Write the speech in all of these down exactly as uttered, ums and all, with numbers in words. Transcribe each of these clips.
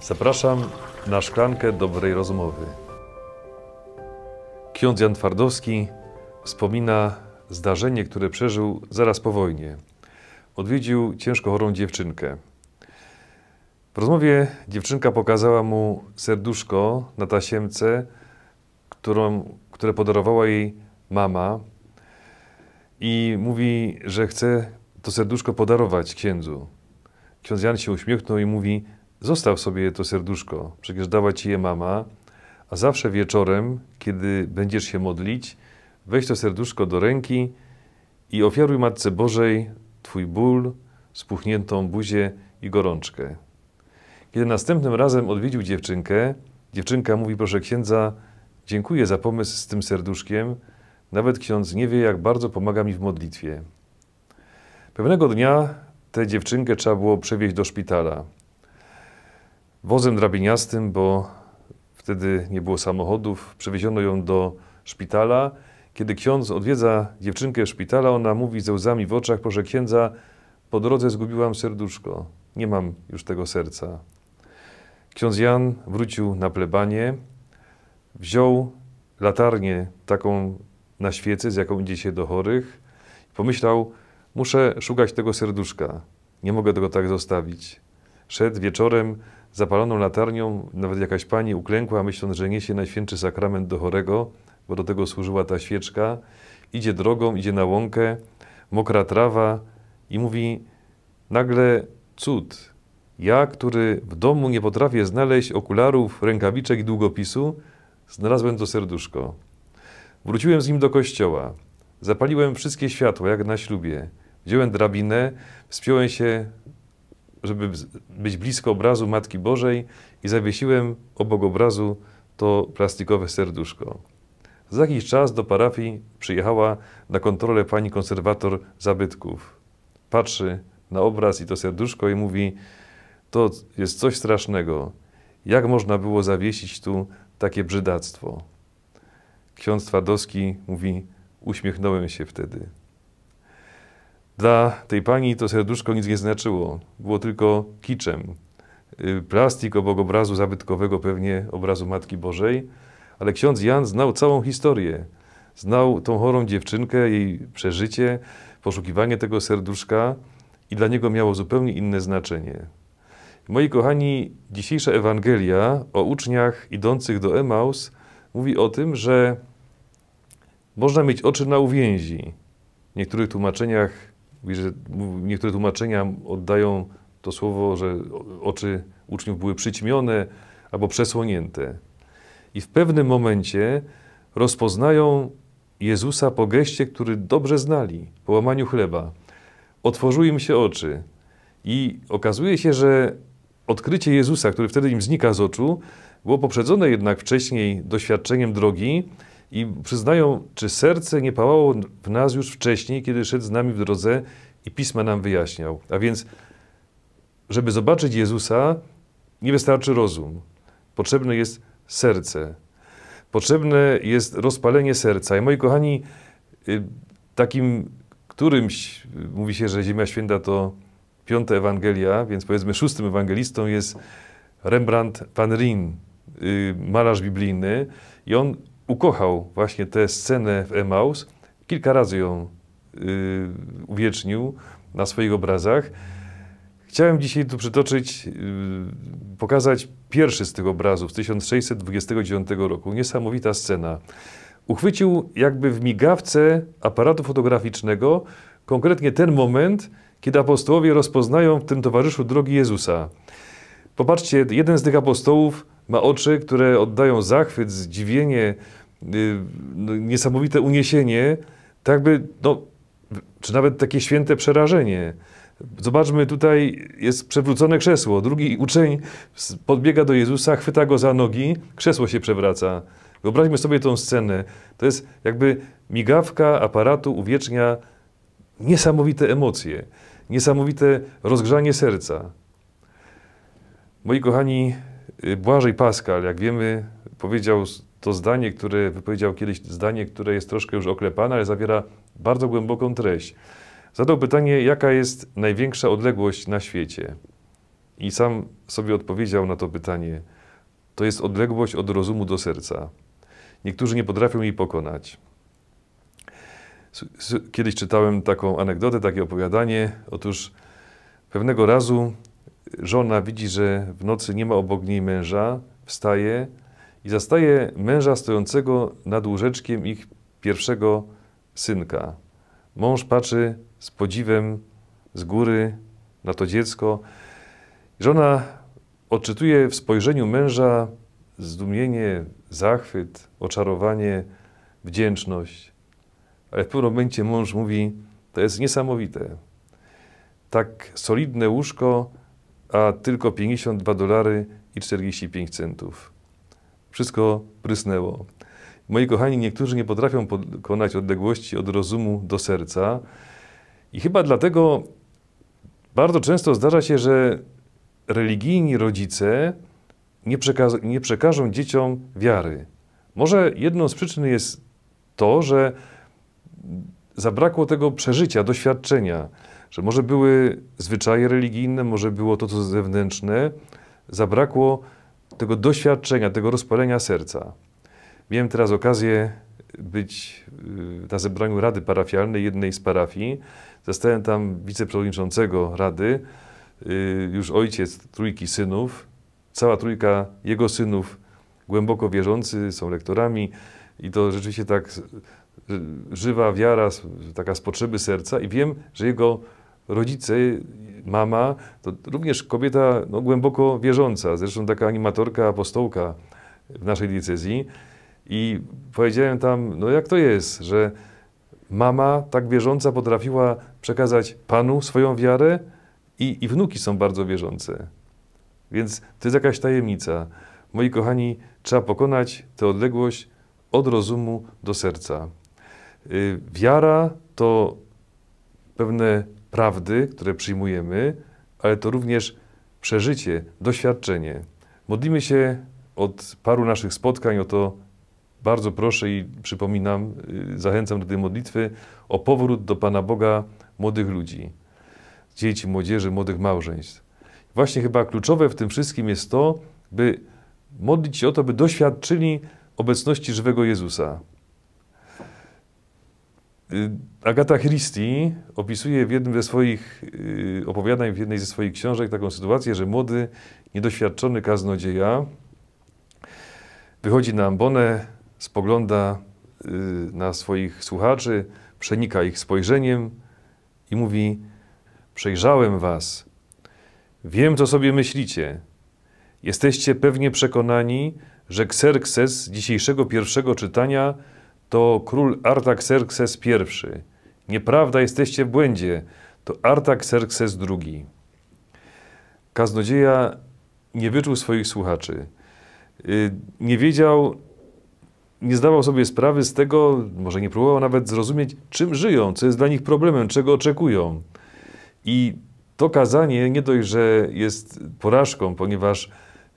Zapraszam na szklankę dobrej rozmowy. Ksiądz Jan Twardowski wspomina zdarzenie, które przeżył zaraz po wojnie. Odwiedził ciężko chorą dziewczynkę. W rozmowie dziewczynka pokazała mu serduszko na tasiemce, którą, które podarowała jej mama, i mówi, że chce to serduszko podarować księdzu. Ksiądz Jan się uśmiechnął i mówi: zostaw sobie to serduszko, przecież dała ci je mama, a zawsze wieczorem, kiedy będziesz się modlić, weź to serduszko do ręki i ofiaruj Matce Bożej twój ból, spuchniętą buzię i gorączkę. Kiedy następnym razem odwiedził dziewczynkę, dziewczynka mówi: proszę księdza, dziękuję za pomysł z tym serduszkiem, nawet ksiądz nie wie, jak bardzo pomaga mi w modlitwie. Pewnego dnia tę dziewczynkę trzeba było przewieźć do szpitala. Wozem drabiniastym, bo wtedy nie było samochodów, przewieziono ją do szpitala. Kiedy ksiądz odwiedza dziewczynkę w szpitala, ona mówi ze łzami w oczach: proszę księdza, po drodze zgubiłam serduszko, nie mam już tego serca. Ksiądz Jan wrócił na plebanię, wziął latarnię taką na świecy, z jaką idzie się do chorych, i pomyślał: muszę szukać tego serduszka, nie mogę tego tak zostawić. Szedł wieczorem zapaloną latarnią, nawet jakaś pani uklękła, myśląc, że niesie Najświętszy Sakrament do chorego, bo do tego służyła ta świeczka. Idzie drogą, idzie na łąkę, mokra trawa i mówi nagle: cud. Ja, który w domu nie potrafię znaleźć okularów, rękawiczek i długopisu, znalazłem to serduszko. Wróciłem z nim do kościoła. Zapaliłem wszystkie światła, jak na ślubie. Wziąłem drabinę, wspiąłem się, żeby być blisko obrazu Matki Bożej, i zawiesiłem obok obrazu to plastikowe serduszko. Za jakiś czas do parafii przyjechała na kontrolę pani konserwator zabytków. Patrzy na obraz i to serduszko i mówi: to jest coś strasznego. Jak można było zawiesić tu takie brzydactwo? Ksiądz Twardowski mówi: uśmiechnąłem się wtedy. Dla tej pani to serduszko nic nie znaczyło. Było tylko kiczem. Plastik obok obrazu zabytkowego, pewnie obrazu Matki Bożej. Ale ksiądz Jan znał całą historię. Znał tą chorą dziewczynkę, jej przeżycie, poszukiwanie tego serduszka, i dla niego miało zupełnie inne znaczenie. Moi kochani, dzisiejsza Ewangelia o uczniach idących do Emaus mówi o tym, że można mieć oczy na uwięzi. W niektórych tłumaczeniach mówi, że niektóre tłumaczenia oddają to słowo, że oczy uczniów były przyćmione albo przesłonięte. I w pewnym momencie rozpoznają Jezusa po geście, który dobrze znali, po łamaniu chleba. Otworzyły im się oczy i okazuje się, że odkrycie Jezusa, który wtedy im znika z oczu, było poprzedzone jednak wcześniej doświadczeniem drogi, i przyznają, czy serce nie pałało w nas już wcześniej, kiedy szedł z nami w drodze i Pisma nam wyjaśniał. A więc, żeby zobaczyć Jezusa, nie wystarczy rozum. Potrzebne jest serce. Potrzebne jest rozpalenie serca. I moi kochani, takim którymś, mówi się, że Ziemia Święta to piąta Ewangelia, więc powiedzmy szóstym ewangelistą jest Rembrandt van Rijn, malarz biblijny, i on ukochał właśnie tę scenę w Emaus. Kilka razy ją yy, uwiecznił na swoich obrazach. Chciałem dzisiaj tu przytoczyć, yy, pokazać pierwszy z tych obrazów z tysiąc sześćset dwudziestego dziewiątego roku. Niesamowita scena. Uchwycił jakby w migawce aparatu fotograficznego konkretnie ten moment, kiedy apostołowie rozpoznają w tym towarzyszu drogi Jezusa. Popatrzcie, jeden z tych apostołów ma oczy, które oddają zachwyt, zdziwienie, yy, niesamowite uniesienie, tak by, no, czy nawet takie święte przerażenie. Zobaczmy, tutaj jest przewrócone krzesło. Drugi uczeń podbiega do Jezusa, chwyta go za nogi, krzesło się przewraca. Wyobraźmy sobie tą scenę. To jest jakby migawka aparatu uwiecznia niesamowite emocje, niesamowite rozgrzanie serca. Moi kochani, Błażej Paschal, jak wiemy, powiedział to zdanie, które wypowiedział kiedyś, zdanie, które jest troszkę już oklepane, ale zawiera bardzo głęboką treść. Zadał pytanie, jaka jest największa odległość na świecie. I sam sobie odpowiedział na to pytanie. To jest odległość od rozumu do serca. Niektórzy nie potrafią jej pokonać. Kiedyś czytałem taką anegdotę, takie opowiadanie. Otóż pewnego razu żona widzi, że w nocy nie ma obok niej męża, wstaje i zastaje męża stojącego nad łóżeczkiem ich pierwszego synka. Mąż patrzy z podziwem z góry na to dziecko. Żona odczytuje w spojrzeniu męża zdumienie, zachwyt, oczarowanie, wdzięczność. Ale w pewnym momencie mąż mówi, to jest niesamowite. Tak solidne łóżko, a tylko pięćdziesiąt dwa dolary i czterdzieści pięć centów. Wszystko prysnęło. Moi kochani, niektórzy nie potrafią pokonać odległości od rozumu do serca i chyba dlatego bardzo często zdarza się, że religijni rodzice nie, przeka nie przekażą dzieciom wiary. Może jedną z przyczyn jest to, że zabrakło tego przeżycia, doświadczenia, że może były zwyczaje religijne, może było to, co zewnętrzne, zabrakło tego doświadczenia, tego rozpalenia serca. Miałem teraz okazję być na zebraniu Rady Parafialnej jednej z parafii. Zastałem tam wiceprzewodniczącego Rady, już ojciec trójki synów, cała trójka jego synów głęboko wierzący, są lektorami i to rzeczywiście tak żywa wiara, taka z potrzeby serca i wiem, że jego rodzice, mama, to również kobieta no, głęboko wierząca, zresztą taka animatorka, apostołka w naszej diecezji. I powiedziałem tam, no jak to jest, że mama tak wierząca potrafiła przekazać Panu swoją wiarę i, i wnuki są bardzo wierzące. Więc to jest jakaś tajemnica. Moi kochani, trzeba pokonać tę odległość od rozumu do serca. Yy, wiara to pewne prawdy, które przyjmujemy, ale to również przeżycie, doświadczenie. Modlimy się od paru naszych spotkań o to, bardzo proszę i przypominam, zachęcam do tej modlitwy o powrót do Pana Boga młodych ludzi, dzieci, młodzieży, młodych małżeństw. Właśnie chyba kluczowe w tym wszystkim jest to, by modlić się o to, by doświadczyli obecności żywego Jezusa. Agata Christie opisuje w jednym ze swoich opowiadań, w jednej ze swoich książek taką sytuację, że młody, niedoświadczony kaznodzieja wychodzi na ambonę, spogląda na swoich słuchaczy, przenika ich spojrzeniem i mówi: przejrzałem was, wiem, co sobie myślicie. Jesteście pewnie przekonani, że Kserkses z dzisiejszego pierwszego czytania to król Artaxerxes pierwszy. Nieprawda, jesteście w błędzie, to Artaxerxes drugi. Kaznodzieja nie wyczuł swoich słuchaczy. Nie wiedział, nie zdawał sobie sprawy z tego, może nie próbował nawet zrozumieć, czym żyją, co jest dla nich problemem, czego oczekują. I to kazanie nie dość, że jest porażką, ponieważ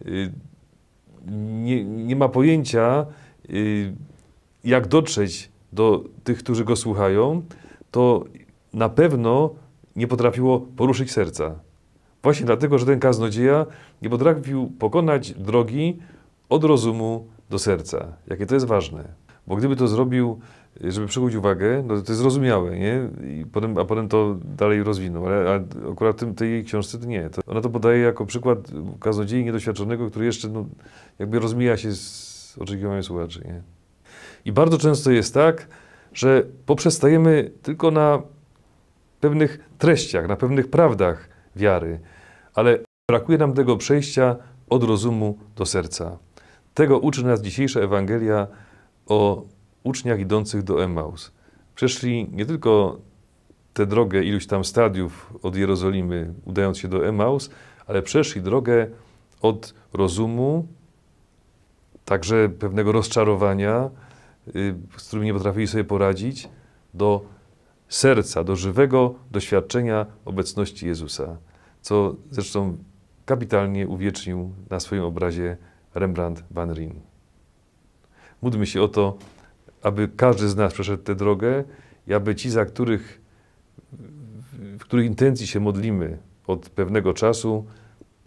nie, nie ma pojęcia, jak dotrzeć do tych, którzy go słuchają, to na pewno nie potrafiło poruszyć serca. Właśnie dlatego, że ten kaznodzieja nie potrafił pokonać drogi od rozumu do serca. Jakie to jest ważne. Bo gdyby to zrobił, żeby przykuć uwagę, no to jest zrozumiałe, nie? I potem, a potem to dalej rozwinął. Ale, ale akurat w tej książce to nie. To ona to podaje jako przykład kaznodziei niedoświadczonego, który jeszcze no, jakby rozmija się z oczekiwaniem słuchaczy. Nie? I bardzo często jest tak, że poprzestajemy tylko na pewnych treściach, na pewnych prawdach wiary, ale brakuje nam tego przejścia od rozumu do serca. Tego uczy nas dzisiejsza Ewangelia o uczniach idących do Emmaus. Przeszli nie tylko tę drogę iluś tam stadiów od Jerozolimy, udając się do Emmaus, ale przeszli drogę od rozumu, także pewnego rozczarowania, z którym nie potrafili sobie poradzić, do serca, do żywego doświadczenia obecności Jezusa, co zresztą kapitalnie uwiecznił na swoim obrazie Rembrandt van Rijn. Módlmy się o to, aby każdy z nas przeszedł tę drogę i aby ci, za których, w których intencji się modlimy od pewnego czasu,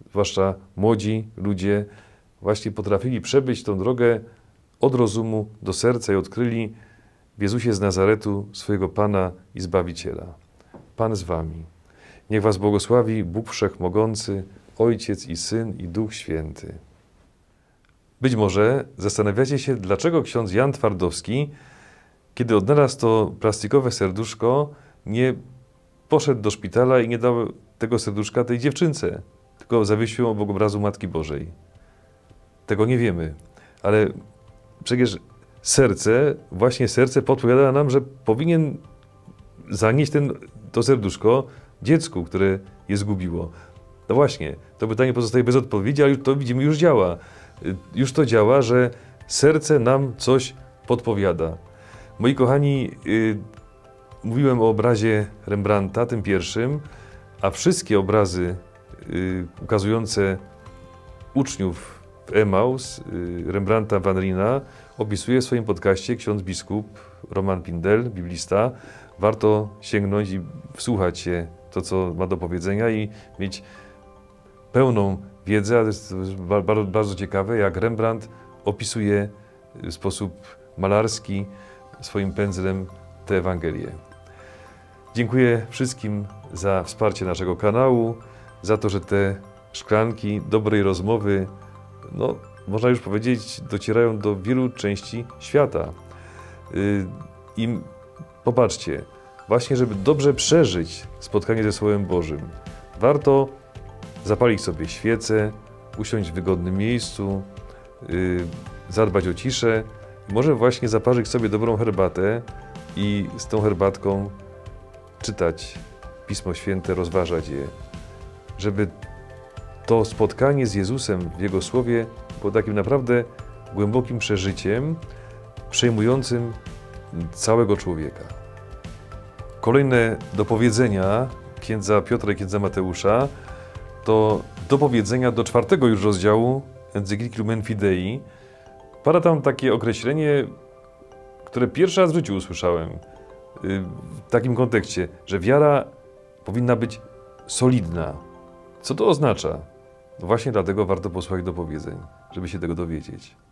zwłaszcza młodzi ludzie, właśnie potrafili przebyć tą drogę od rozumu do serca i odkryli w Jezusie z Nazaretu swojego Pana i Zbawiciela. Pan z wami. Niech was błogosławi Bóg Wszechmogący, Ojciec i Syn i Duch Święty. Być może zastanawiacie się, dlaczego ksiądz Jan Twardowski, kiedy odnalazł to plastikowe serduszko, nie poszedł do szpitala i nie dał tego serduszka tej dziewczynce, tylko zawiesił ją obok obrazu Matki Bożej. Tego nie wiemy, ale przecież serce, właśnie serce podpowiada nam, że powinien zanieść ten, to serduszko dziecku, które je zgubiło. No właśnie, to pytanie pozostaje bez odpowiedzi, ale to widzimy, już działa. Już to działa, że serce nam coś podpowiada. Moi kochani, yy, mówiłem o obrazie Rembrandta, tym pierwszym, a wszystkie obrazy yy, ukazujące uczniów w Emaus, yy, Rembrandta van Rhina, opisuje w swoim podcaście ksiądz biskup Roman Pindel, biblista. Warto sięgnąć i wsłuchać się to, co ma do powiedzenia i mieć pełną wiedzę, ale jest bardzo, bardzo ciekawe, jak Rembrandt opisuje w sposób malarski swoim pędzlem tę Ewangelię. Dziękuję wszystkim za wsparcie naszego kanału, za to, że te szklanki dobrej rozmowy, no, można już powiedzieć, docierają do wielu części świata. I popatrzcie, właśnie żeby dobrze przeżyć spotkanie ze Słowem Bożym, warto zapalić sobie świecę, usiąść w wygodnym miejscu, yy, zadbać o ciszę, może właśnie zaparzyć sobie dobrą herbatę i z tą herbatką czytać Pismo Święte, rozważać je, żeby to spotkanie z Jezusem w Jego Słowie było takim naprawdę głębokim przeżyciem, przejmującym całego człowieka. Kolejne dopowiedzenia księdza Piotra i księdza Mateusza to dopowiedzenia do czwartego już rozdziału Encykliki Lumen Fidei. Pada tam takie określenie, które pierwszy raz w życiu usłyszałem w takim kontekście, że wiara powinna być solidna. Co to oznacza? No właśnie dlatego warto posłuchać dopowiedzeń, żeby się tego dowiedzieć.